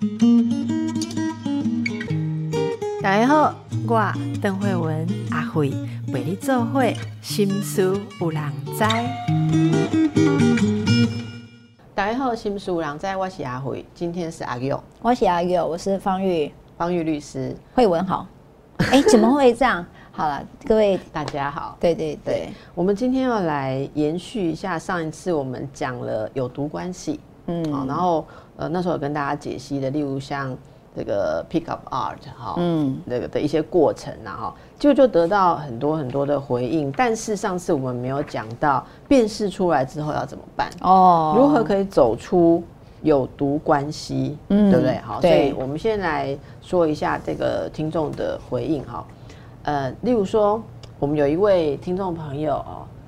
大家好，我邓惠文阿惠陪你做伙心事有人知。大家好，心事有人知，我是阿惠，今天是阿佑， 我是阿佑，我是方玉律师。 惠文好，怎么会这样？好了，各位大家好。 对， 我们今天要来延续一下上一次我们讲了有毒关系，然后那时候有跟大家解析的，例如像这个 pick up art 那个的一些过程就得到很多很多的回应，但是上次我们没有讲到辨识出来之后要怎么办如何可以走出有毒关系，对不对？好，所以我们先来说一下这个听众的回应例如说我们有一位听众朋友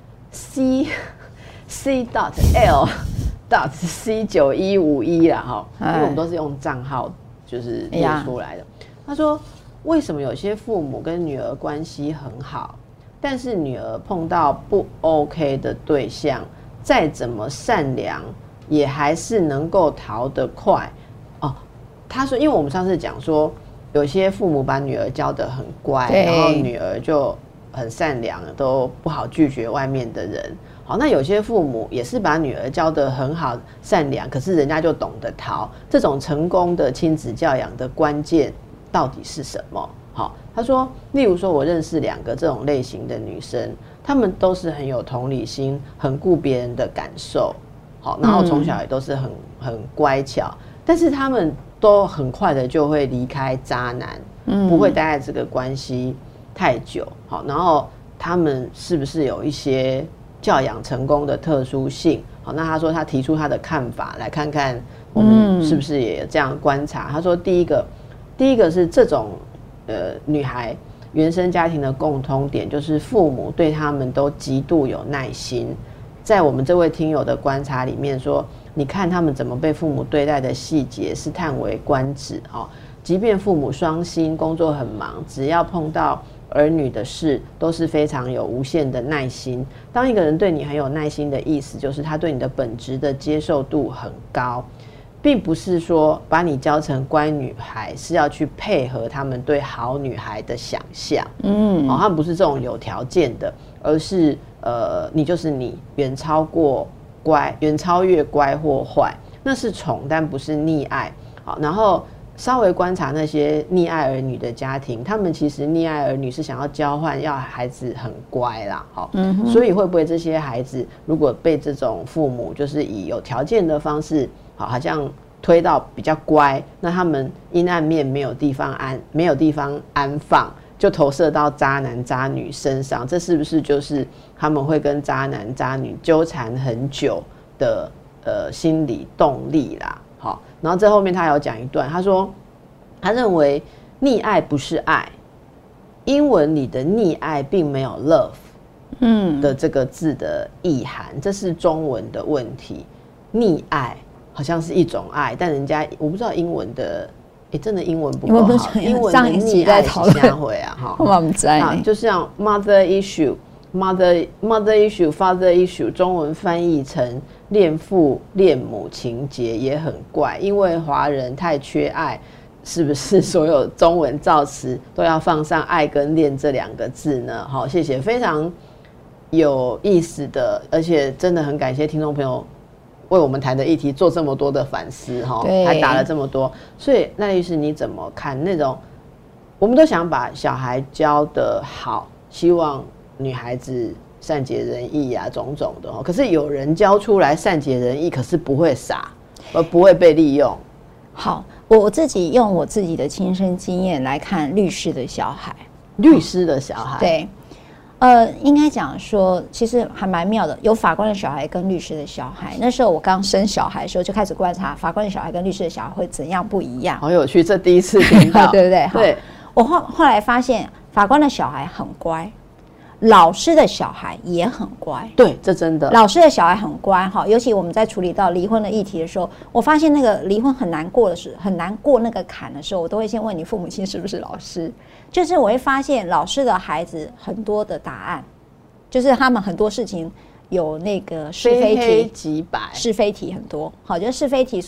C.L.C9151啦因为我们都是用账号就是列出来的。他说，为什么有些父母跟女儿关系很好，但是女儿碰到不 OK 的对象，再怎么善良也还是能够逃得快他说，因为我们上次讲说有些父母把女儿教得很乖，然后女儿就很善良，都不好拒绝外面的人。好，那有些父母也是把女儿教得很好善良，可是人家就懂得逃。这种成功的亲子教养的关键到底是什么？好，他说，例如说我认识2个这种类型的女生，她们都是很有同理心，很顾别人的感受，好，然后从小也都是很乖巧，但是她们都很快的就会离开渣男，不会待在这个关系太久。好，然后他们是不是有一些教养成功的特殊性？好，那他说他提出他的看法，来看看我们是不是也有这样观察。他说第一个是这种女孩原生家庭的共通点，就是父母对他们都极度有耐心。在我们这位听友的观察里面说，你看他们怎么被父母对待的细节是叹为观止即便父母双薪，工作很忙，只要碰到儿女的事都是非常有无限的耐心。当一个人对你很有耐心的意思，就是他对你的本质的接受度很高，并不是说把你教成乖女孩是要去配合他们对好女孩的想象他们不是这种有条件的，而是你就是你，远超越乖或坏，那是宠但不是溺爱。好，然后稍微观察那些溺爱儿女的家庭，他们其实溺爱儿女是想要交换，要孩子很乖啦所以会不会这些孩子如果被这种父母就是以有条件的方式好像推到比较乖，那他们阴暗面没有地方安放，就投射到渣男渣女身上，这是不是就是他们会跟渣男渣女纠缠很久的心理动力啦？好，然后这后面他有讲一段，他说他认为溺爱不是爱，英文里的溺爱并没有 love 的这个字的意涵，这是中文的问题。溺爱好像是一种爱，但人家我不知道英文的真的英文不够好，英文的溺爱是啥回就像 mother issue、mother issue、father issue， 中文翻译成恋父恋母情节也很怪，因为华人太缺爱，是不是所有中文造词都要放上爱跟恋这2个字呢？好，谢谢，非常有意思的，而且真的很感谢听众朋友为我们谈的议题做这么多的反思还打了这么多。所以那律师你怎么看那种我们都想把小孩教得好，希望女孩子善解人意种种的可是有人教出来善解人意，可是不会傻，而不会被利用。 好，我自己用我自己的亲身经验来看律师的小孩。 对， 应该讲说其实还蛮妙的，有法官的小孩跟律师的小孩。那时候我刚生小孩的时候就开始观察法官的小孩跟律师的小孩会怎样不一样。 好有趣，这第一次听到对不对？ 对， 我后来发现法官的小孩很乖，老师的小孩也很乖。 对，这真的， 老师的小孩很乖尤其我们在处理到离婚的议题的时候，我发现那个离婚很难过的时候，很难过那个坎的时候，我都会先问你父母亲是不是老师。就是我会发现老师的孩子很多的答案，就是他们很多事情有那个是非题， 即白， 是非题很多。好，就是是非题，所以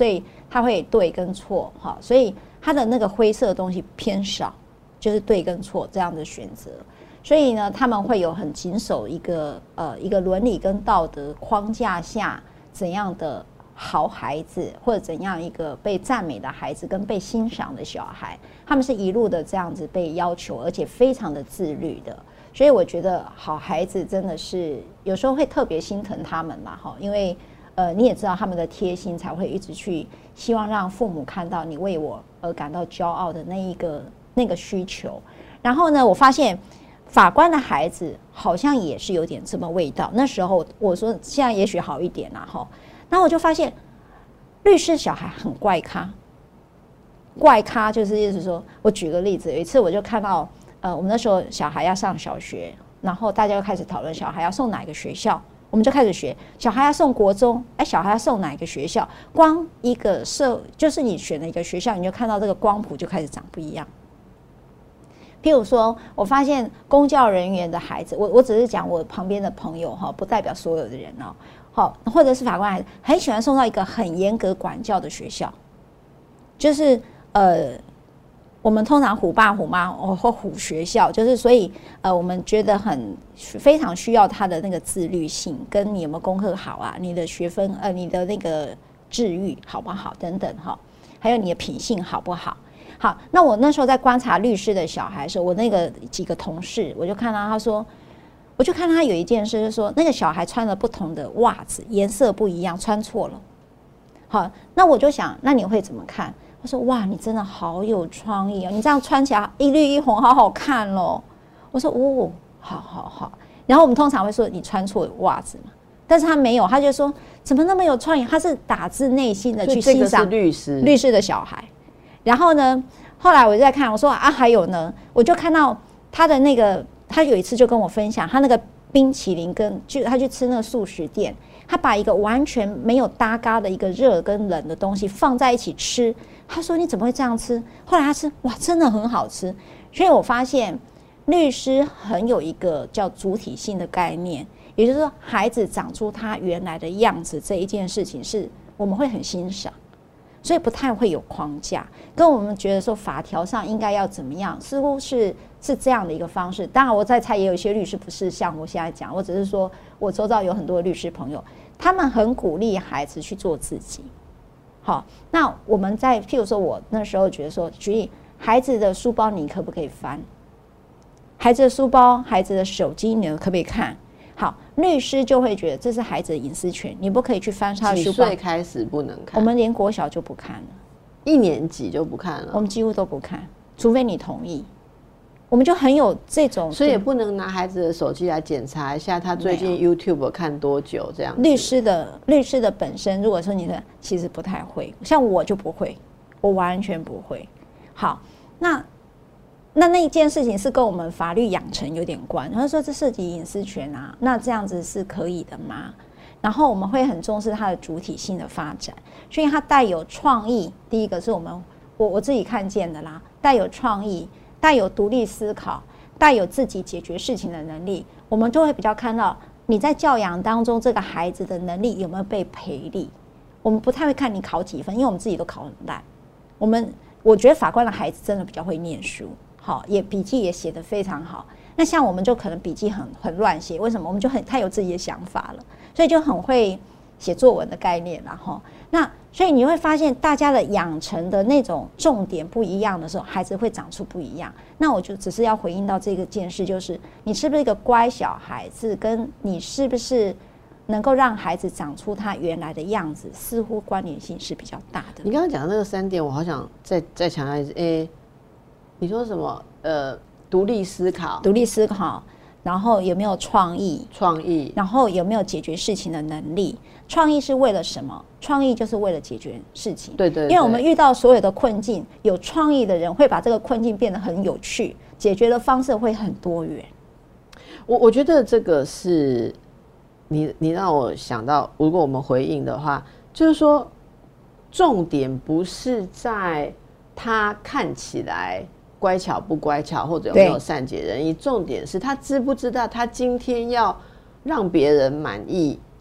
他会对跟错，哈，所以他的那个灰色的东西偏少，就是对跟错这样的选择。所以呢，他们会有很谨守一个伦理跟道德框架下怎样的好孩子，或者怎样一个被赞美的孩子跟被欣赏的小孩，他们是一路的这样子被要求，而且非常的自律的。所以我觉得好孩子真的是有时候会特别心疼他们嘛，哈，因为你也知道他们的贴心才会一直去希望让父母看到你为我而感到骄傲的那个需求。然后呢，我发现法官的孩子好像也是有点这么味道。那时候我说现在也许好一点啦，哈。然后我就发现律师小孩很怪咖，怪咖就是意思说，我举个例子，有一次我就看到我们那时候小孩要上小学，然后大家就开始讨论小孩要送哪个学校，我们就开始学小孩要送国中，小孩要送哪个学校，光一个就是你选的一个学校，你就看到这个光谱就开始长不一样。譬如说我发现公教人员的孩子，我只是讲我旁边的朋友哈，不代表所有的人哦。好，或者是法官孩子很喜欢送到一个很严格管教的学校，就是我们通常虎爸虎妈或虎学校，就是所以我们觉得非常需要他的那个自律性，跟你有没有功课好啊，你的学分你的那个治愈好不好等等哈，还有你的品性好不好。好，那我那时候在观察律师的小孩的时候，我那个几个同事，我就看到他说，我就看他有一件事，就是说那个小孩穿了不同的袜子，颜色不一样，穿错了。好，那我就想，那你会怎么看？他说：哇，你真的好有创意哦，你这样穿起来一绿一红，好好看咯。我说：哦，好好好。然后我们通常会说你穿错袜子嘛，但是他没有，他就说怎么那么有创意？他是打自内心的去欣赏律师的小孩。然后呢，后来我就在看，我说啊，还有呢，我就看到他的那个，他有一次就跟我分享，他那个冰淇淋他去吃那个素食店，他把一个完全没有搭嘎的一个热跟冷的东西放在一起吃。他说你怎么会这样吃？后来他吃，哇，真的很好吃。所以我发现律师很有一个叫主体性的概念，也就是说孩子长出他原来的样子这一件事情是我们会很欣赏，所以不太会有框架，跟我们觉得说法条上应该要怎么样，似乎是这样的一个方式。当然我在猜也有一些律师不是像我现在讲，我只是说我周遭有很多律师朋友，他们很鼓励孩子去做自己。好，那我们譬如说我那时候觉得说，举例孩子的书包你可不可以翻，孩子的书包孩子的手机你可不可以看。好，律师就会觉得这是孩子的隐私权，你不可以去翻他的书包。 几岁开始不能看？ 我们连国小就不看了 ，1年级就不看了， 我们几乎都不看，除非你同意。我们就很有这种， 所以也不能拿孩子的手机来检查一下他最近 YouTube 看多久这样子。 律师的本身，如果说你的其实不太会，像我就不会，我完全不会。好，那一件事情是跟我们法律养成有点关，他说这涉及隐私权啊，那这样子是可以的吗？然后我们会很重视它的主体性的发展，所以它带有创意。第一个是我自己看见的啦，带有创意，带有独立思考，带有自己解决事情的能力，我们就会比较看到你在教养当中这个孩子的能力有没有被培力。我们不太会看你考几分，因为我们自己都考很烂。我觉得法官的孩子真的比较会念书，好，也笔记也写得非常好。那像我们就可能笔记很乱写，为什么？我们就太有自己的想法了，所以就很会写作文的概念啦齁。那所以你会发现大家的养成的那种重点不一样的时候，孩子会长出不一样。那我就只是要回应到这个件事，就是你是不是一个乖小孩子，跟你是不是能够让孩子长出他原来的样子，似乎关联性是比较大的。 你刚刚讲的那个3点，我好想再强调一次。你说什么？独立思考，然后有没有创意，然后有没有解决事情的能力。创意是为了什么？创意就是为了解决事情。 对， 因为我们遇到所有的困境，有创意的人会把这个困境变得很有趣，解决的方式会很多元。 我觉得这个是你让我想到，如果我们回应的话，就是说重点不是在他看起来乖巧不乖巧，或者有没有善解人意，重点是他知不知道他今天要让别人满意，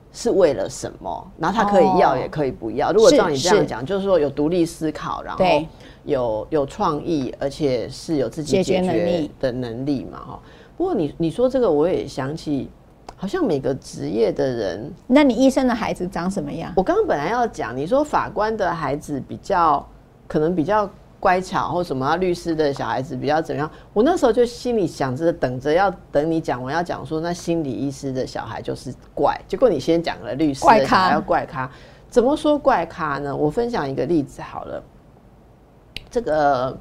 是为了什么，然后他可以要也可以不要。如果照你这样讲，就是说有独立思考，然后有创意，而且是有自己解决的能力嘛哈。不过你说这个，我也想起，好像每个职业的人， 那你医生的孩子长什么样？ 我刚刚本来要讲，你说法官的孩子可能比较乖巧，或什么律师的小孩子比较怎么样？我那时候就心里想着，等你讲完要讲说，那心理医师的小孩就是怪。结果你先讲了律师的小孩要怪咖，怎么说怪咖呢？我分享一个例子好了。这个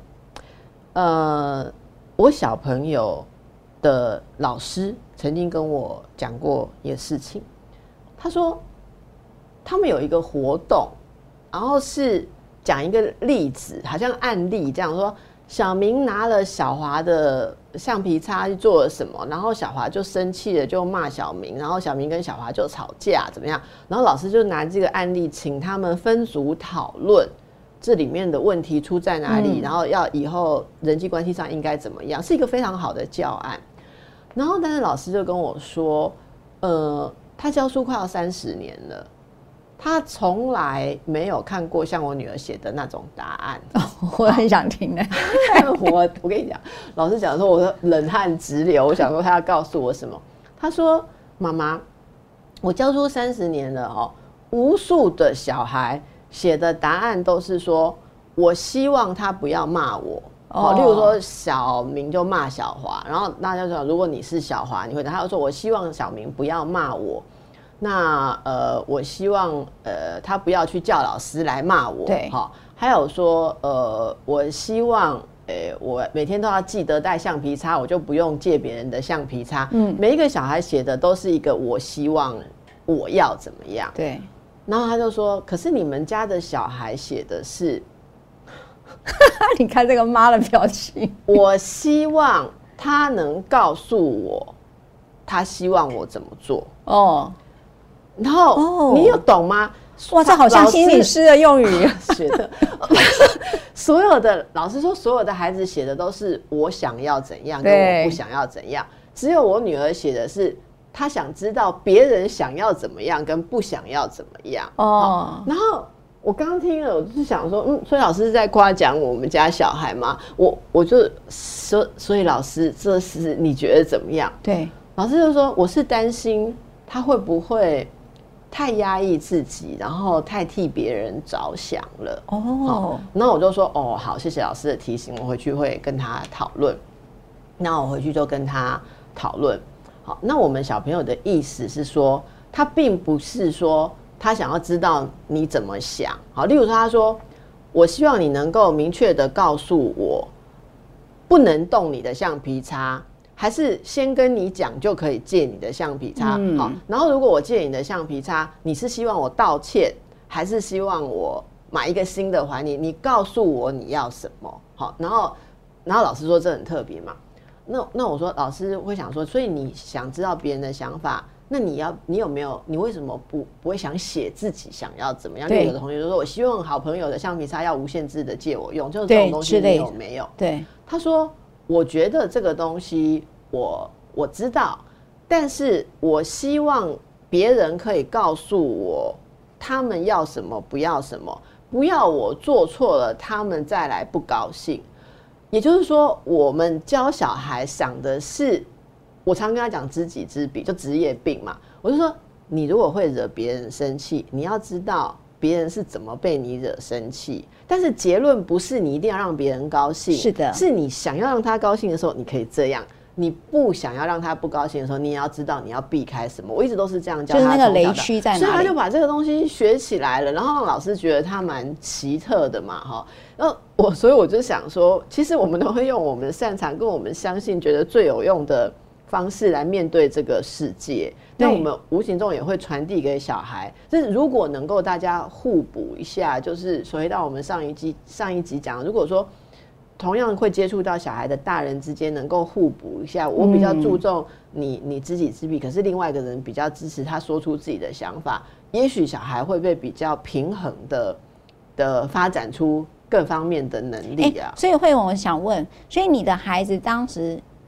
我小朋友的老师曾经跟我讲过一个事情，他说他们有一个活动，然后是讲一个例子，好像案例这样说，小明拿了小华的橡皮擦去做了什么，然后小华就生气了，就骂小明，然后小明跟小华就吵架，怎么样？然后老师就拿这个案例请他们分组讨论这里面的问题出在哪里，然后要以后人际关系上应该怎么样，是一个非常好的教案。然后但是老师就跟我说，他教书快要30年了，他从来没有看过像我女儿写的那种答案。 我很想听的。 我跟你讲，老师讲说我冷汗直流，我想说他要告诉我什么。他说妈妈，我教书30年了哦，无数的小孩写的答案都是说我希望他不要骂我。例如说小明就骂小华，然后大家说如果你是小华，你会他就说我希望小明不要骂我，那我希望他不要去叫老师来骂我。 对， 还有说我希望我每天都要记得带橡皮擦，我就不用借别人的橡皮擦。每一个小孩写的都是一个我希望我要怎么样。 对， 然后他就说，可是你们家的小孩写的是你看这个妈的表情， 我希望他能告诉我他希望我怎么做。然后你有懂吗？ 哇，这好像心理师的用语学的。所有的老师说，所有的孩子写的都是我想要怎样，跟我不想要怎样。只有我女儿写的是她想知道别人想要怎么样，跟不想要怎么样。然后我刚刚听了，我就想说，所以老师是在夸奖我们家小孩吗？我就说，所以老师，这是你觉得怎么样？ 对， 老师就说，我是担心他会不会太压抑自己，然后太替别人着想了。那我就说，好，谢谢老师的提醒，我回去会跟他讨论。那我回去就跟他讨论。好，那我们小朋友的意思是说，他并不是说他想要知道你怎么想。好，例如说，他说，我希望你能够明确的告诉我，不能动你的橡皮擦。还是先跟你讲就可以借你的橡皮擦。好，然后如果我借你的橡皮擦，你是希望我道歉，还是希望我买一个新的还你？你告诉我你要什么。好，然后老师说这很特别嘛。那我说老师会想说，所以你想知道别人的想法，那你有没有？你为什么不会想写自己想要怎么样？有的同学就说，我希望好朋友的橡皮擦要无限制的借我用，就是这种东西你有没有？ 对， 他说。我觉得这个东西我知道，但是我希望别人可以告诉我他们要什么不要什么，不要我做错了他们再来不高兴。也就是说，我们教小孩想的是，我常跟他讲知己知彼，就职业病嘛。我就说，你如果会惹别人生气，你要知道别人是怎么被你惹生气，但是结论不是你一定要让别人高兴， 是的， 是你想要让他高兴的时候，你可以这样；你不想要让他不高兴的时候，你也要知道你要避开什么。我一直都是这样教他， 就是那个雷区在哪里， 所以他就把这个东西学起来了，然后让老师觉得他蛮奇特的嘛，哈。所以我就想说，其实我们都会用我们擅长跟我们相信、觉得最有用的方式来面对这个世界。那我们无形中也会传递给小孩，就是如果能够大家互补一下，就是回到我们上一集讲，如果说同样会接触到小孩的大人之间能够互补一下，我比较注重你知己知彼，可是另外一个人比较支持他说出自己的想法，也许小孩会被比较平衡的发展出各方面的能力啊。 所以慧文，我想问，所以你的孩子当时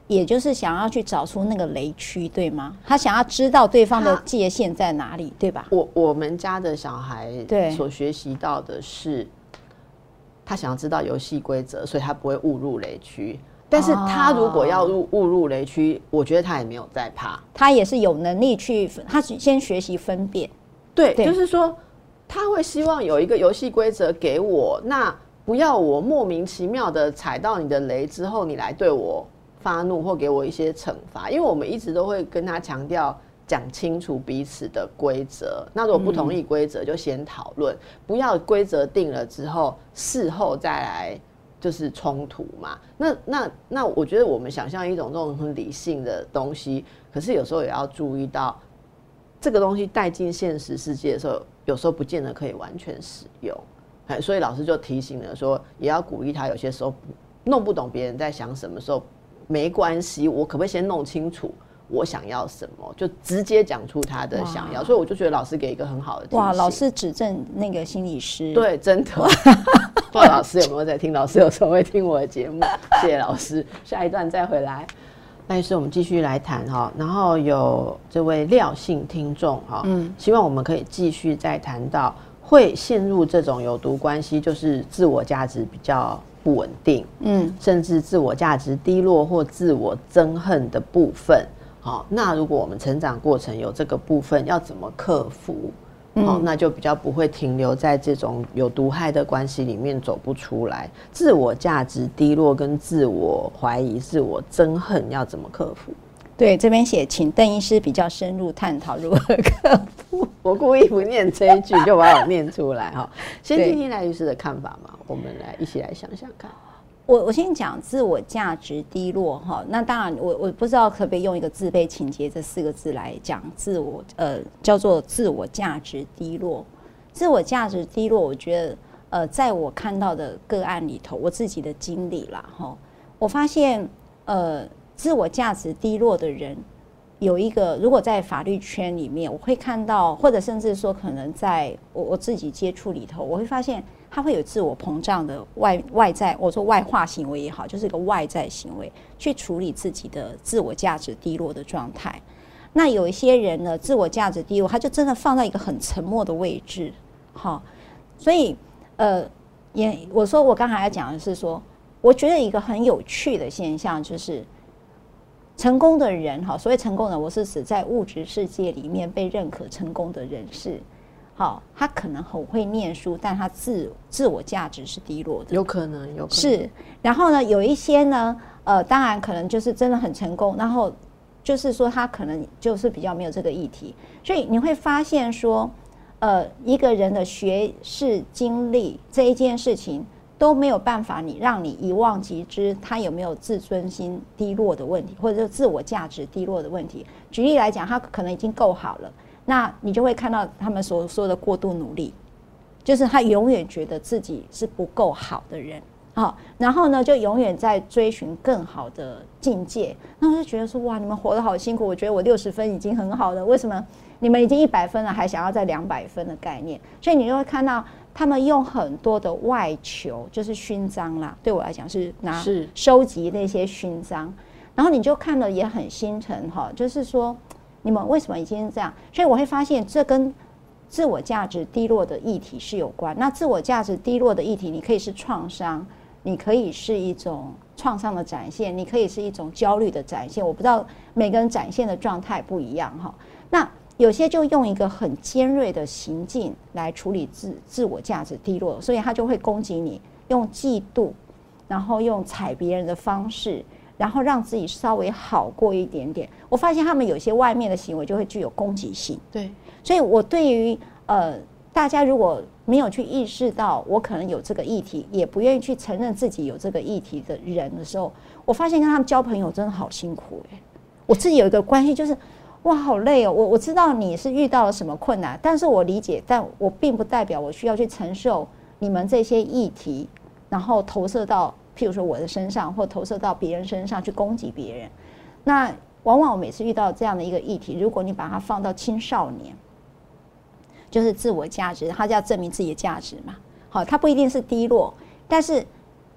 也就是想要去找出那个雷区，对吗？他想要知道对方的界限在哪里，对吧？ 我们家的小孩所学习到的是，他想要知道游戏规则，所以他不会误入雷区。但是他如果要误入雷区，我觉得他也没有在怕， 他也是有能力去，他先学习分辨。 对，就是说他会希望有一个游戏规则给我，那不要我莫名其妙的踩到你的雷之后，你来对我发怒或给我一些惩罚。因为我们一直都会跟他强调讲清楚彼此的规则，那如果不同意规则就先讨论，不要规则定了之后事后再来就是冲突嘛。那我觉得我们想象一种这种很理性的东西，可是有时候也要注意到这个东西带进现实世界的时候，有时候不见得可以完全使用。所以老师就提醒了说，也要鼓励他，有些时候弄不懂别人在想什么时候没关系，我可不可以先弄清楚我想要什么，就直接讲出他的想要。所以我就觉得老师给一个很好的提醒。 哇，老师指正那个心理师。 对，真的。不知道老师有没有在听？老师有时候会听我的节目，谢谢老师。下一段再回来。那是我们继续来谈哈，然后有这位廖姓听众哈，希望我们可以继续再谈到会陷入这种有毒关系，就是自我价值比较不稳定，甚至自我价值低落或自我憎恨的部分。好，那如果我们成长过程有这个部分，要怎么克服？那就比较不会停留在这种有毒害的关系里面走不出来。自我价值低落跟自我怀疑、自我憎恨要怎么克服？ 对，这边写请邓医师比较深入探讨如何克服。 我故意不念这一句，就把我念出来哈。先听听赖律师的看法嘛，我们一起来想想看。 我先讲自我价值低落哈，那当然我不知道可不可以用一个自卑情结这4个字来讲叫做自我价值低落。自我价值低落，我觉得在我看到的个案里头，我自己的经历啦哈，我发现自我价值低落的人有一个，如果在法律圈里面，我会看到，或者甚至说可能在我自己接触里头，我会发现他会有自我膨胀的外在，我说外化行为也好，就是一个外在行为去处理自己的自我价值低落的状态。那有一些人呢，自我价值低落，他就真的放在一个很沉默的位置，好，所以我说我刚才要讲的是说，我觉得一个很有趣的现象就是。成功的人，所谓成功的人，我是指在物质世界里面被认可成功的人士，他可能很会念书，但他自我价值是低落的， 有可能是。然后呢，有一些呢，当然可能就是真的很成功，然后就是说他可能就是比较没有这个议题，所以你会发现说，一个人的学识经历这一件事情。都没有办法让你一望即知他有没有自尊心低落的问题，或者是自我价值低落的问题。举例来讲，他可能已经够好了，那你就会看到他们所说的过度努力，就是他永远觉得自己是不够好的人，然后呢就永远在追寻更好的境界。那我就觉得说，哇，你们活得好辛苦，我觉得我60分已经很好了，为什么你们已经100分了还想要再200分的概念？所以你就会看到他们用很多的外求，就是勋章啦，对我来讲是收集那些勋章，然后你就看了也很心疼哈，就是说你们为什么已经这样？所以我会发现这跟自我价值低落的议题是有关。那自我价值低落的议题，你可以是创伤，你可以是一种创伤的展现，你可以是一种焦虑的展现。我不知道每个人展现的状态不一样哈。那有些就用一个很尖锐的行径来处理自我价值低落，所以他就会攻击你，用嫉妒，然后用踩别人的方式，然后让自己稍微好过一点点。我发现他们有些外面的行为就会具有攻击性。 对， 所以我对于大家如果没有去意识到我可能有这个议题，也不愿意去承认自己有这个议题的人的时候，我发现跟他们交朋友真的好辛苦我自己有一个关系就是。哇，好累哦！我知道你是遇到了什么困难，但是我理解，但我并不代表我需要去承受你们这些议题，然后投射到譬如说我的身上，或投射到别人身上去攻击别人。那往往我每次遇到这样的一个议题，如果你把它放到青少年，就是自我价值，他就要证明自己的价值嘛。好，他不一定是低落，但是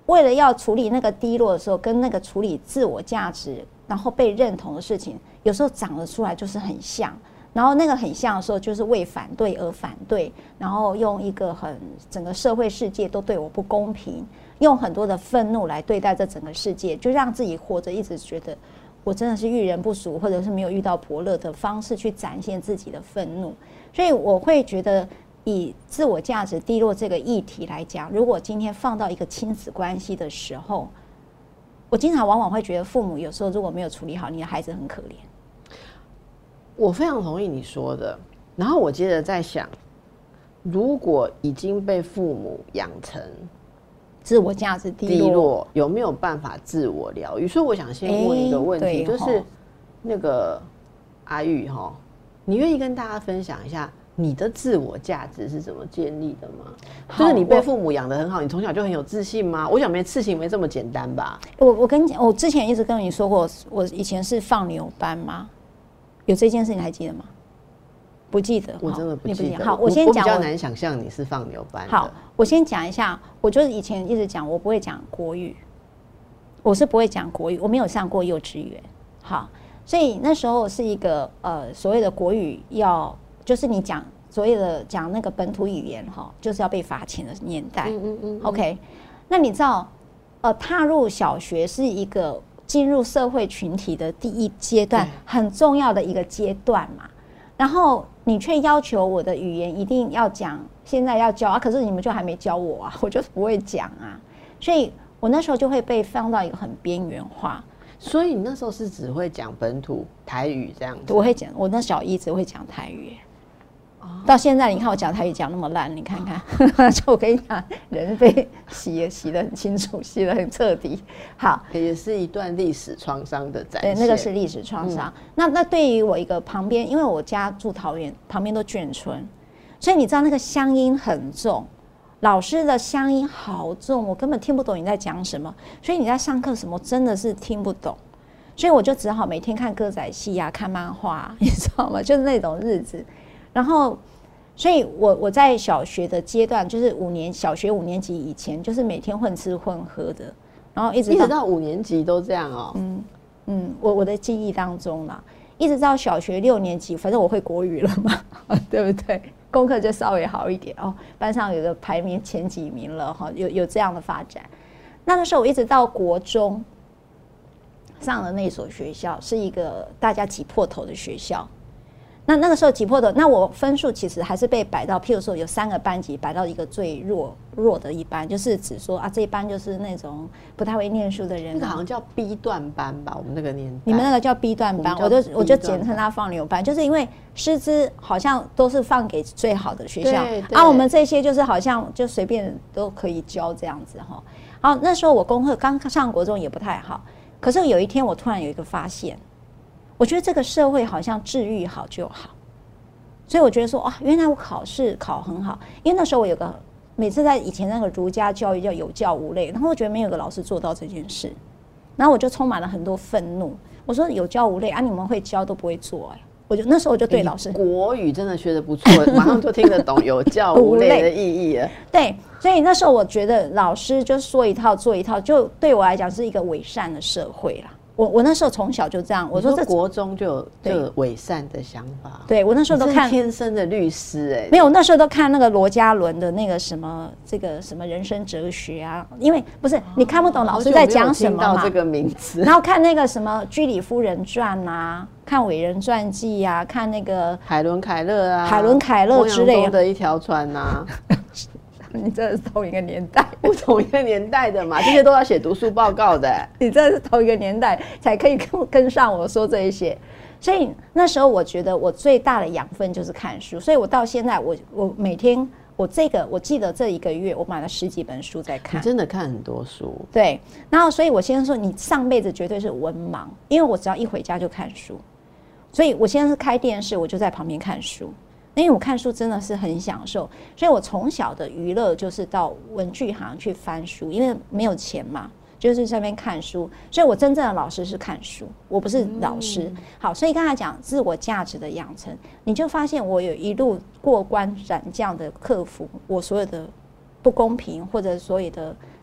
为了要处理那个低落的时候，跟那个处理自我价值然后被认同的事情，有时候长得出来就是很像。然后那个很像的时候，就是为反对而反对，然后用一个整个社会世界都对我不公平，用很多的愤怒来对待这整个世界，就让自己活着一直觉得我真的是遇人不淑，或者是没有遇到伯乐的方式去展现自己的愤怒。所以我会觉得，以自我价值低落这个议题来讲，如果今天放到一个亲子关系的时候，我经常往往会觉得父母有时候如果没有处理好，你的孩子很可怜。 我非常同意你说的，然后我接着在想，如果已经被父母养成自我价值低落， 有没有办法自我疗愈？所以我想先问一个问题，就是那个阿玉哈，你愿意跟大家分享一下你的自我价值是怎么建立的吗？就是你被父母养得很好，你从小就很有自信吗？我想事情没这么简单吧。 我跟你讲，我之前一直跟你说过，我以前是放牛班吗？有这件事你还记得吗？不记得， 我真的不记得。 好，我先讲。 我比较难想象你是放牛班的。 好，我先讲一下，我就是以前一直讲，我不会讲国语，我是不会讲国语，我没有上过幼稚园。好，所以那时候是一个所谓的国语就是你讲所谓的讲那个本土语言哈，就是要被罚钱的年代。OK， 那你知道踏入小学是一个进入社会群体的第一阶段，很重要的一个阶段嘛。然后你却要求我的语言一定要讲，现在要教啊，可是你们就还没教我啊，我就是不会讲啊，所以我那时候就会被放到一个很边缘化。 所以你那时候是只会讲本土台语这样子？ 我会讲，我那小一只会讲台语。到现在你看我讲台语讲那么烂，你看看，就我跟你讲，人被洗得很清楚，洗得很彻底。好， 也是一段历史创伤的展对， 现。 那个是历史创伤。那对于我一个旁边，因为我家住桃园，旁边都眷村，所以你知道那个乡音很重，老师的乡音好重，我根本听不懂你在讲什么，所以你在上课什么真的是听不懂，所以我就只好每天看歌仔戏啊，看漫画，你知道吗？就是那种日子。然后，所以我在小学的阶段，就是小学5年级以前，就是每天混吃混喝的，然后一直到5年级都这样哦。 我的记忆当中啦，一直到小学6年级，反正我会国语了嘛，对不对？功课就稍微好一点哦，班上有个排名前几名了哈，有这样的发展。那个时候我一直到国中上的那所学校，是一个大家挤破头的学校。那个时候挤破头，那我分数其实还是被摆到，譬如说有3个班级摆到一个最弱的一班，就是指说啊，这一班就是那种不太会念书的人。 那个好像叫 B 段班吧，我们那个年代。 你们那个叫 B 段班，我就简称它放牛班，就是因为师资好像都是放给最好的学校，我们这些就是好像就随便都可以教这样子哈。好，那时候我功课刚上国中也不太好，可是有一天我突然有一个发现。我觉得这个社会好像治愈好就好，所以我觉得说啊，原来我考试考很好，因为那时候我有个每次在以前那个儒家教育叫有教无类，然后我觉得没有个老师做到这件事，然后我就充满了很多愤怒。我说有教无类啊，你们会教都不会做那时候我就对老师， 国语真的学得不错，马上就听得懂有教无类的意义了。 对，所以那时候我觉得老师就说一套做一套，就对我来讲是一个伪善的社会啦。我那时候从小就这样，我说这国中就有伪善的想法。 对，我那时候都看天生的律师没有，那时候都看那个罗家伦的那个什么这个什么人生哲学啊，因为不是你看不懂老师在讲什么嘛。 听到这个名词， 然后看那个什么《居里夫人传》啊，看伟人传记啊，看那个海伦凯勒啊， 海伦凯勒之类的一条船啊。 你真的是同一个年代， 不同一个年代的嘛，这些都要写读书报告的。 你真的是同一个年代才可以跟上我说这一些，所以那时候我觉得我最大的养分就是看书，所以我到现在我每天我记得这1个月我买了10几本书在看。 你真的看很多书？ 对，然后所以我先生说你上辈子绝对是文盲，因为我只要一回家就看书，所以我现在是开电视我就在旁边看书。因为我看书真的是很享受，所以我从小的娱乐就是到文具行去翻书，因为没有钱嘛，就是在那边看书。所以我真正的老师是看书，我不是老师。好，所以刚才讲自我价值的养成，你就发现我有一路过关斩将的克服我所有的不公平或者所有的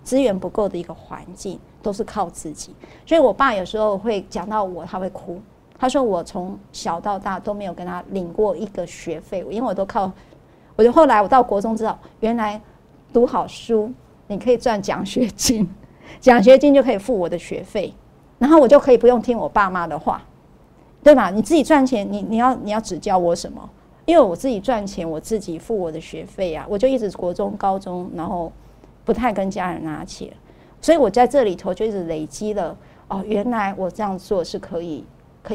资源不够的一个环境，都是靠自己。所以我爸有时候会讲到我，他会哭。他说我从小到大都没有跟他领过一个学费，因为我都靠，我就后来我到国中知道，原来读好书你可以赚奖学金，奖学金就可以付我的学费，然后我就可以不用听我爸妈的话，对吧？你自己赚钱，你要指教我什么？因为我自己赚钱，我自己付我的学费啊，我就一直国中、高中，然后不太跟家人拿钱，所以我在这里头就一直累积了。哦，原来我这样做是可以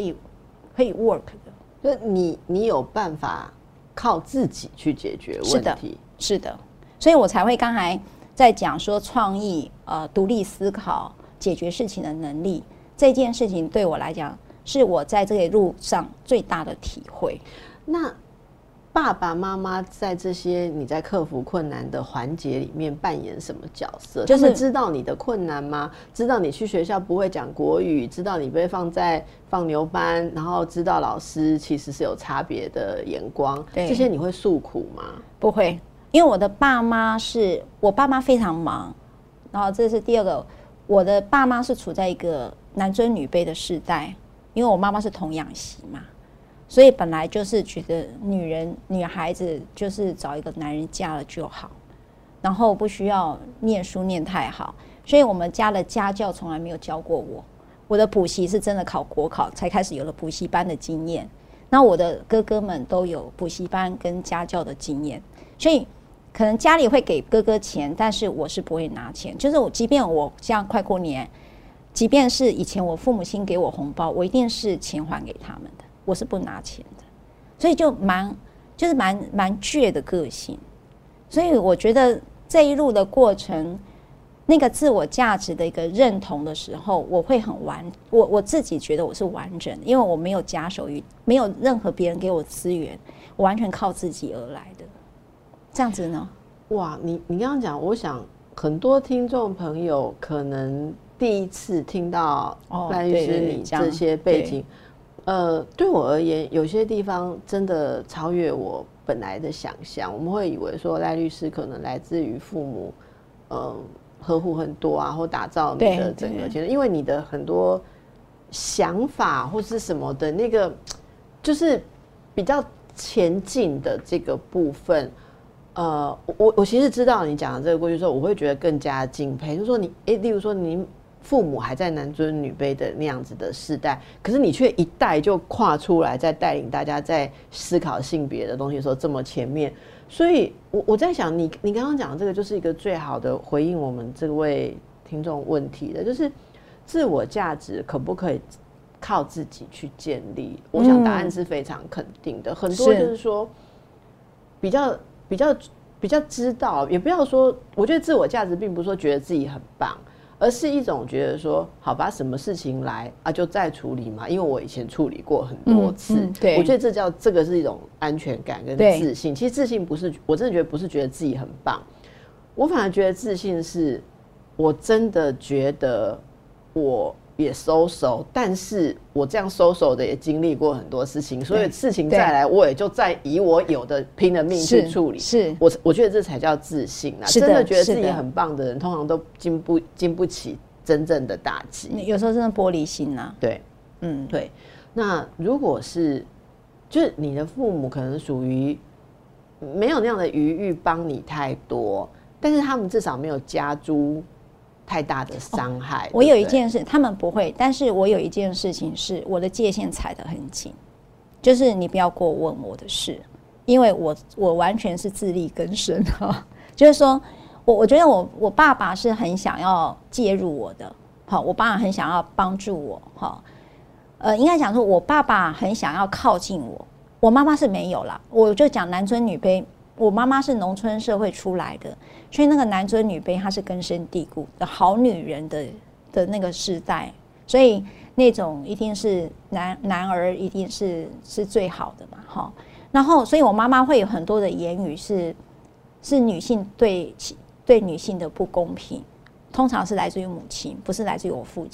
work 的。 就你有办法靠自己去解决问题， 是的，所以我才会刚才在讲说创意、独立思考、解决事情的能力这件事情，对我来讲是我在这个路上最大的体会。 那爸爸妈妈在这些你在克服困难的环节里面扮演什么角色？就是他们知道你的困难吗？知道你去学校不会讲国语，知道你被放在放牛班，然后知道老师其实是有差别的眼光，这些你会诉苦吗？ 不会，因为我爸妈非常忙，然后这是第二个，我的爸妈是处在一个男尊女卑的世代，因为我妈妈是童养媳嘛。所以本来就是觉得女孩子就是找一个男人嫁了就好，然后不需要念书念太好，所以我们家的家教从来没有教过我。我的补习是真的考国考才开始有了补习班的经验，那我的哥哥们都有补习班跟家教的经验，所以可能家里会给哥哥钱，但是我是不会拿钱。就是即便我这样快过年，即便是以前我父母亲给我红包，我一定是钱还给他们的。我是不拿钱的，所以就蛮倔的个性。所以我觉得这一路的过程，那个自我价值的一个认同的时候，我会很我自己觉得我是完整的，因为我没有假手于，没有任何别人给我资源，我完全靠自己而来的。这样子呢？ 哇，你刚刚讲，我想很多听众朋友可能第一次听到赖律师你这些背景。对我而言，有些地方真的超越我本来的想象。我们会以为说赖律师可能来自于父母，呵护很多啊，或打造你的整个前，因为你的很多想法或是什么的那个，就是比较前进的这个部分。我其实知道你讲的这个过去之后，我会觉得更加敬佩。就是说例如说你父母还在男尊女卑的那样子的世代，可是你却一代就跨出来，在带领大家在思考性别的东西的时候这么前面，所以我在想，你刚刚讲的这个就是一个最好的回应我们这位听众问题的，就是自我价值可不可以靠自己去建立？我想答案是非常肯定的。很多就是说比较知道，也不要说，我觉得自我价值并不是说觉得自己很棒。而是一种觉得说，好吧，什么事情来啊就再处理嘛，因为我以前处理过很多次，对，我觉得这个是一种安全感跟自信。其实自信不是，我真的觉得不是觉得自己很棒，我反而觉得自信是，我真的觉得我也收，但是我这样收的也经历过很多事情，所以事情再来，我也就再以我有的拼了命去处理。是我觉得这才叫自信啊！真的觉得自己很棒的人，通常都经不起真正的打击。 有时候真的玻璃心啊。 对，对。那如果是，就是你的父母可能属于没有那样的余裕帮你太多，但是他们至少没有加诸太大的伤害。 我有一件事，他们不会，但是我有一件事情是我的界限踩得很紧，就是你不要过问我的事，因为我完全是自力更生哈。就是说我觉得我爸爸是很想要介入我的，好，我爸爸很想要帮助我，好，应该讲说我爸爸很想要靠近我妈妈是没有啦。我就讲男尊女卑。我妈妈是农村社会出来的，所以那个男尊女卑她是根深蒂固的好女人的那个世代，所以那种一定是男儿一定是最好的嘛，哈。然后，所以我妈妈会有很多的言语是女性对女性的不公平，通常是来自于母亲，不是来自于我父亲。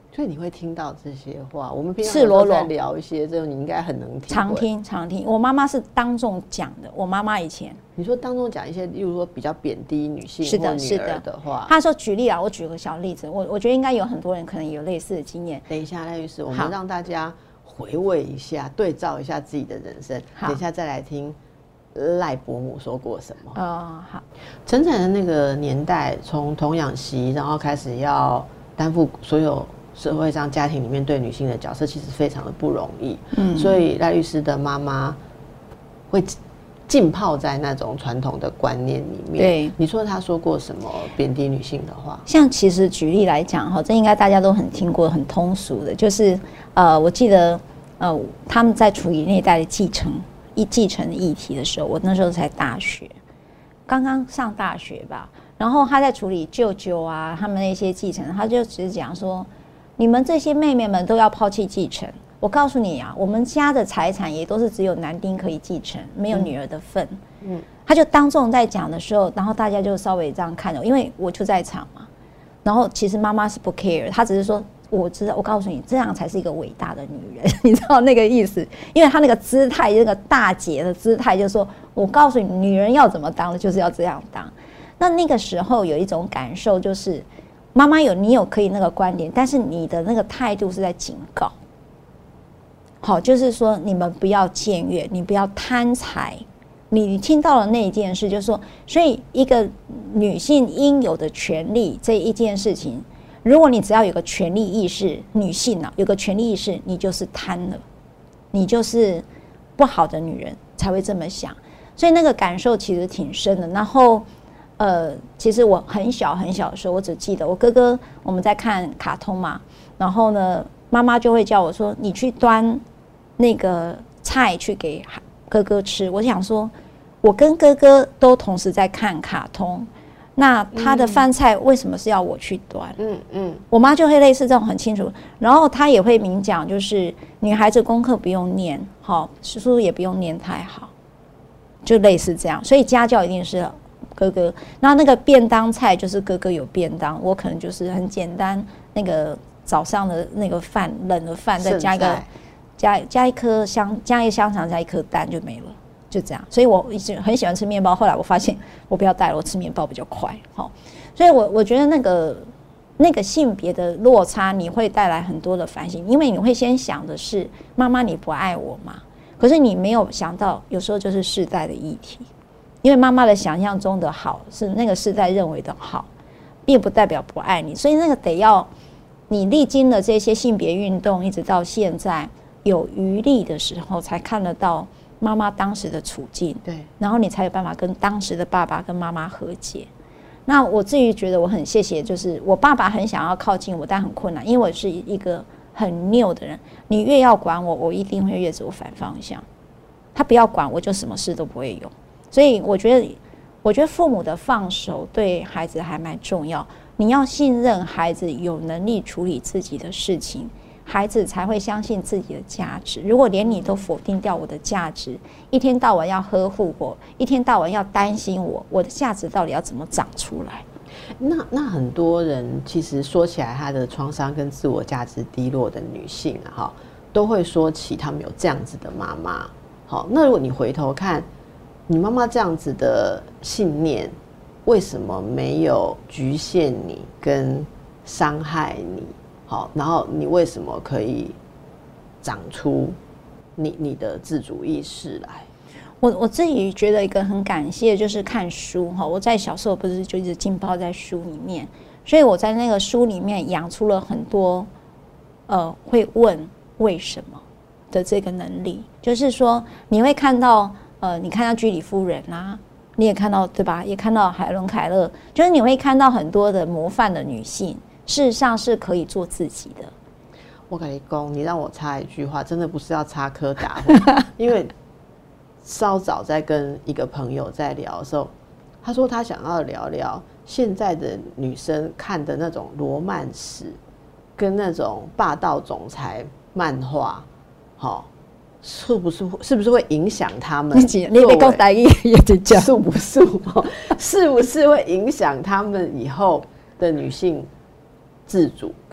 所以你会听到这些话，我们平常在聊一些这种，你应该很能听。 常听。我妈妈是当众讲的，我妈妈以前你说当众讲一些，例如说比较贬低女性或女儿的话， 她说举例啊，我举个小例子，我觉得应该有很多人可能有类似的经验。 等一下，赖律师，我们让大家回味一下，对照一下自己的人生，等一下再来听赖伯母说过什么。 好。 陈产的那个年代，从童养媳，然后开始要担负所有社会上家庭里面对女性的角色，其实非常的不容易。所以赖律师的妈妈会浸泡在那种传统的观念里面。 对， 你说她说过什么贬低女性的话？ 像其实举例来讲哈，这应该大家都很听过，很通俗的，就是我记得他们在处理那一代的继承的议题的时候，我那时候才大学，刚刚上大学吧。然后他在处理舅舅啊，他们那些继承，他就只是讲说，你们这些妹妹们都要抛弃继承。我告诉你啊，我们家的财产也都是只有男丁可以继承，没有女儿的份。他就当众在讲的时候，然后大家就稍微这样看着，因为我就在场嘛。然后其实妈妈是不 care， 她只是说，我知道，我告诉你，这样才是一个伟大的女人，你知道那个意思？因为她那个姿态，那个大姐的姿态，就是说我告诉你，女人要怎么当，就是要这样当。那个时候有一种感受，就是妈妈你有可以那个观点，但是你的那个态度是在警告。好，就是说你们不要僭越，你不要贪财。你听到了那一件事，就是说，所以一个女性应有的权利这一件事情，如果你只要有个权利意识，女性有个权利意识，你就是贪了，你就是不好的女人才会这么想。所以那个感受其实挺深的。然后其实我很小的时候，我只记得我哥哥我们在看卡通嘛，然后呢，妈妈就会叫我说，你去端那个菜去给哥哥吃。我想说，我跟哥哥都同时在看卡通，那他的饭菜为什么是要我去端？我妈就会类似这种很清楚，然后她也会明讲，就是女孩子功课不用念好，书也不用念太好，就类似这样。所以家教一定是哥哥，那个便当菜就是哥哥有便当，我可能就是很简单，那个早上的那个饭，冷的饭，再加一个加一颗香肠，加一颗蛋就没了，就这样。所以我一直很喜欢吃面包，后来我发现我不要带了，我吃面包比较快。所以我觉得那个性别的落差，你会带来很多的反省，因为你会先想的是妈妈你不爱我吗？可是你没有想到，有时候就是世代的议题。因为妈妈的想象中的好是那个世代认为的好，并不代表不爱你，所以那个得要你历经了这些性别运动，一直到现在有余力的时候，才看得到妈妈当时的处境，对，然后你才有办法跟当时的爸爸跟妈妈和解。那我自己觉得我很谢谢，就是我爸爸很想要靠近我，但很困难，因为我是一个很拗的人，你越要管我，我一定会越走反方向。他不要管我，就什么事都不会有。所以我觉得父母的放手对孩子还蛮重要。你要信任孩子有能力处理自己的事情，孩子才会相信自己的价值。如果连你都否定掉我的价值，一天到晚要呵护我，一天到晚要担心我的价值到底要怎么长出来？ 那很多人其实说起来，他的创伤跟自我价值低落的女性都会说起他们有这样子的妈妈。好，那如果你回头看你妈妈这样子的信念，为什么没有局限你跟伤害你？好，然后你为什么可以长出你的自主意识来？ 我自己觉得一个很感谢，就是看书哈。我在小时候不是就一直浸泡在书里面，所以我在那个书里面养出了很多会问为什么的这个能力。就是说，你会看到你看到居里夫人啊，你也看到对吧？也看到海伦凯勒，就是你会看到很多的模范的女性，事实上是可以做自己的。 我跟你讲，你让我插一句话，真的不是要插科打诨，因为稍早在跟一个朋友在聊的时候，他说他想要聊聊现在的女生看的那种罗曼史，跟那种霸道总裁漫画，是不是会影响他们？ 你别讲台语也得讲， 是不是会影响他们以后的女性自主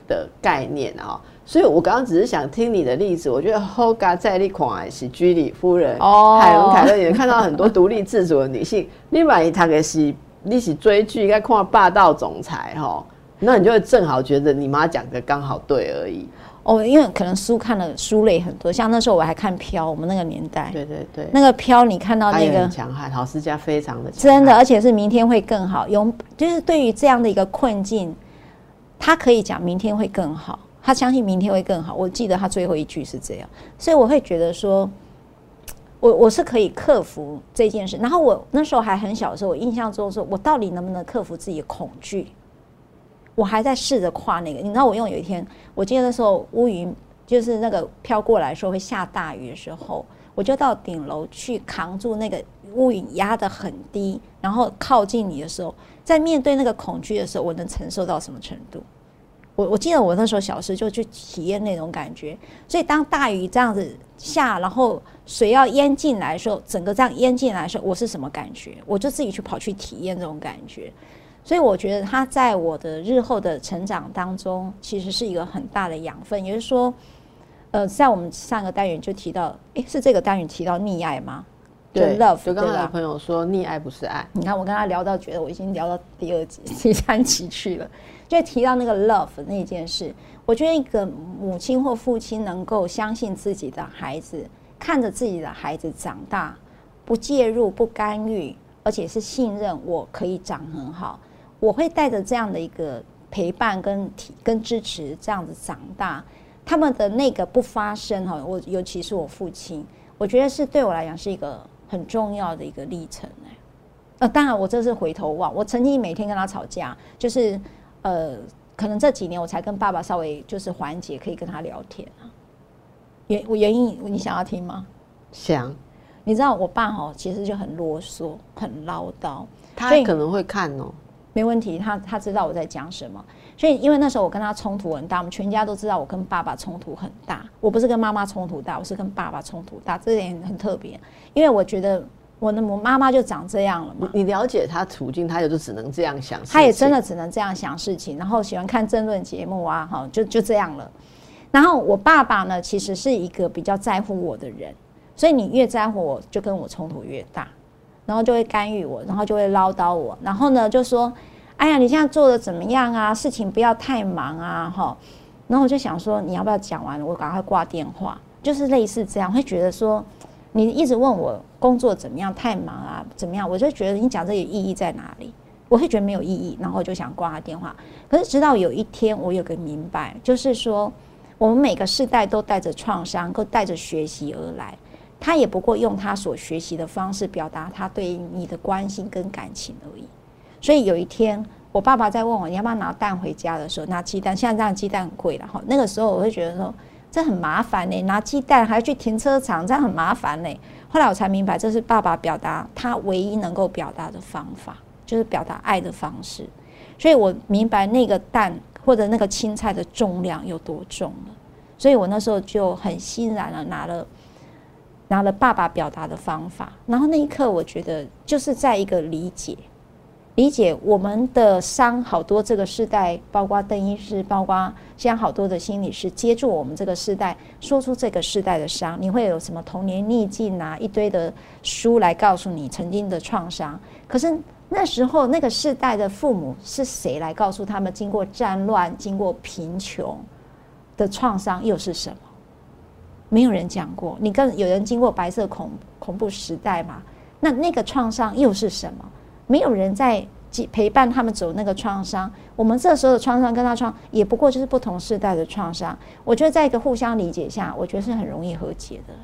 的概念啊。所以我刚刚只是想听你的例子，我觉得后嘎在你看的是居里夫人、海伦凯勒也看到很多独立自主的女性，你把你谈的是你是追剧应该看霸道总裁哈，那你就会正好觉得你妈讲的刚好对而已。 因为可能书看了书类很多，像那时候我还看飘，我们那个年代， 对对对， 那个飘你看到那个很强悍，郝思嘉非常的强悍， 真的，而且是明天会更好，就是对于这样的一个困境，他可以讲明天会更好，他相信明天会更好。我记得他最后一句是这样，所以我会觉得说，我是可以克服这件事。然后我那时候还很小的时候，我印象中说，我到底能不能克服自己的恐惧？我还在试着跨那个。你知道，有一天，我记得那时候乌云就是那个飘过来的时候会下大雨的时候，我就到顶楼去扛住那个乌云压得很低，然后靠近你的时候，在面对那个恐惧的时候，我能承受到什么程度？我记得我那时候小时就去体验那种感觉。所以当大雨这样子下，然后水要淹进来的时候，整个这样淹进来的时候，我是什么感觉？我就自己去跑去体验这种感觉。所以我觉得它在我的日后的成长当中，其实是一个很大的养分。也就是说，在我们上个单元就提到，是这个单元提到溺爱吗？ 对 ，love， 就刚才的朋友说溺爱不是爱。 你看我跟他聊到，觉得我已经聊到第2集、第3集去了，就提到那个 love 那件事。我觉得一个母亲或父亲能够相信自己的孩子，看着自己的孩子长大，不介入、不干预，而且是信任我可以长很好。我会带着这样的一个陪伴跟支持，这样子长大。他们的那个不发声哈，尤其是我父亲，我觉得是对我来讲是一个很重要的一个历程当然我这是回头望，我曾经每天跟他吵架，就是可能这几年我才跟爸爸稍微就是缓解，可以跟他聊天原因你想要听吗？ 想。 你知道我爸其实就很啰嗦，很唠叨， 他可能会看哦。 没问题，他知道我在讲什么，所以因为那时候我跟他冲突很大，我们全家都知道我跟爸爸冲突很大。我不是跟妈妈冲突大，我是跟爸爸冲突大，这点很特别。因为我觉得我妈妈就长这样了嘛。 你了解他处境，他也就只能这样想事情。 他也真的只能这样想事情，然后喜欢看政论节目啊，就这样了。然后我爸爸呢，其实是一个比较在乎我的人，所以你越在乎我，就跟我冲突越大。然后就会干预我，然后就会唠叨我，然后呢就说：“哎呀，你现在做的怎么样啊？事情不要太忙啊，哈。”然后我就想说，你要不要讲完了，我赶快挂电话，就是类似这样，会觉得说，你一直问我工作怎么样，太忙啊，怎么样，我就觉得你讲这个意义在哪里？我会觉得没有意义，然后我就想挂他电话。可是直到有一天，我有个明白，就是说，我们每个世代都带着创伤，都带着学习而来。他也不过用他所学习的方式表达他对你的关心跟感情而已。所以有一天，我爸爸在问我你要不要拿蛋回家的时候，拿鸡蛋，现在这样鸡蛋很贵了哈。那个时候我会觉得说这很麻烦呢，拿鸡蛋还要去停车场，这样很麻烦呢。后来我才明白，这是爸爸表达他唯一能够表达的方法，就是表达爱的方式。所以我明白那个蛋或者那个青菜的重量有多重了。所以我那时候就很欣然的拿了爸爸表达的方法，然后那一刻我觉得就是在一个理解我们的伤，好多这个世代，包括邓医师，包括现在好多的心理师接住我们这个世代，说出这个世代的伤。你会有什么童年逆境啊，一堆的书来告诉你曾经的创伤。可是那时候那个世代的父母是谁来告诉他们经过战乱、经过贫穷的创伤又是什么？没有人讲过。你跟有人经过白色恐怖时代嘛？那个创伤又是什么？没有人在陪伴他们走那个创伤。我们这时候的创伤跟他创也不过就是不同世代的创伤。我觉得在一个互相理解下，我觉得是很容易和解的。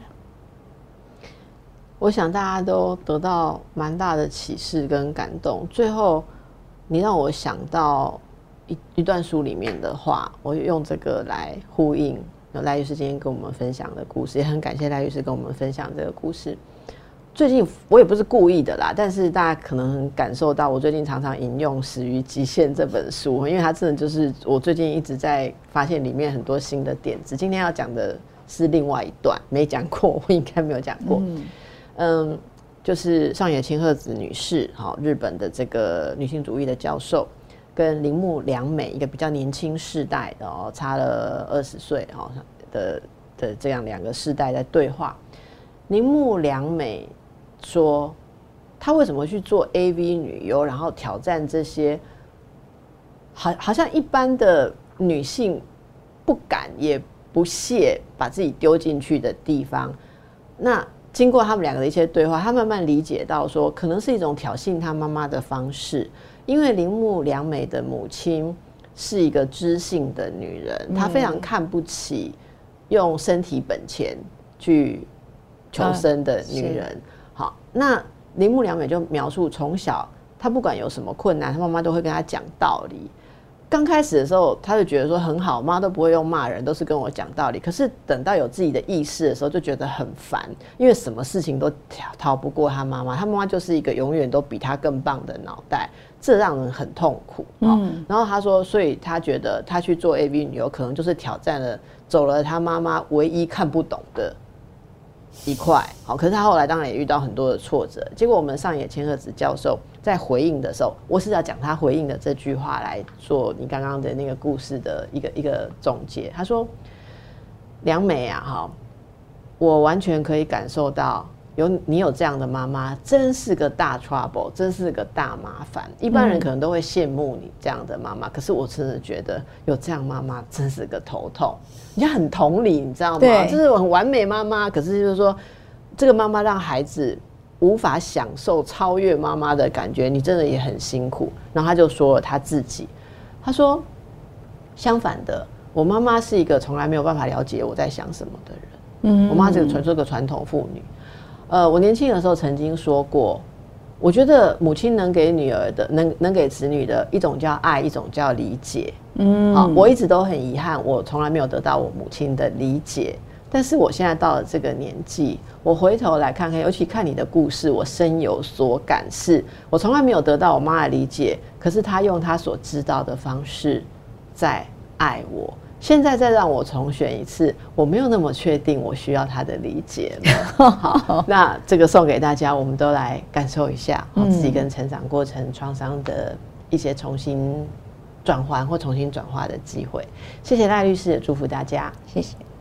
我想大家都得到蛮大的启示跟感动。最后，你让我想到一段书里面的话，我用这个来呼应赖律师今天跟我们分享的故事，也很感谢赖律师跟我们分享这个故事。最近我也不是故意的啦，但是大家可能很感受到，我最近常常引用《始于极限》这本书，因为它真的就是我最近一直在发现里面很多新的点子。今天要讲的是另外一段，没讲过，我应该没有讲过。就是上野千鹤子女士，日本的这个女性主义的教授， 跟铃木良美一个比较年轻世代的差了20岁的这样2个世代在对话。铃木良美说，她为什么去做 AV 女优，然后挑战这些好像一般的女性不敢也不屑把自己丢进去的地方。那经过他们2个的一些对话，他慢慢理解到说，可能是一种挑衅他妈妈的方式。因为铃木良美的母亲是一个知性的女人，她非常看不起用身体本钱去求生的女人。好，那铃木良美就描述，从小她不管有什么困难，她妈妈都会跟她讲道理。刚开始的时候，他就觉得说很好，妈都不会用骂人，都是跟我讲道理。可是等到有自己的意识的时候，就觉得很烦，因为什么事情都逃不过他妈妈。他妈妈就是一个永远都比他更棒的脑袋，这让人很痛苦。然后他说，所以他觉得他去做 AV 女优，可能就是挑战了，走了他妈妈唯一看不懂的一块。好，可是他后来当然也遇到很多的挫折。结果我们上野千鹤子教授在回应的时候，我是要讲他回应的这句话来做你刚刚的那个故事的一个总结。他说：“良美啊，我完全可以感受到你有这样的妈妈，真是个大 trouble， 真是个大麻烦。一般人可能都会羡慕你这样的妈妈，可是我真的觉得有这样妈妈真是个头痛。你很同理，你知道吗？这是很完美妈妈，可是就是说，这个妈妈让孩子无法享受超越妈妈的感觉，你真的也很辛苦。然后他就说了他自己，他说相反的，我妈妈是一个从来没有办法了解我在想什么的人。我妈是个传统妇女。我年轻的时候曾经说过，我觉得母亲能给女儿的，能给子女的一种叫爱，一种叫理解。我一直都很遗憾，我从来没有得到我母亲的理解。但是我现在到了这个年纪，我回头来看看，尤其看你的故事，我深有所感，是我从来没有得到我妈的理解，可是她用她所知道的方式在爱我。现在再让我重选一次，我没有那么确定我需要她的理解了。好，那这个送给大家，我们都来感受一下自己跟成长过程创伤的一些重新转换或重新转化的机会。谢谢赖律师，也祝福大家， 谢谢。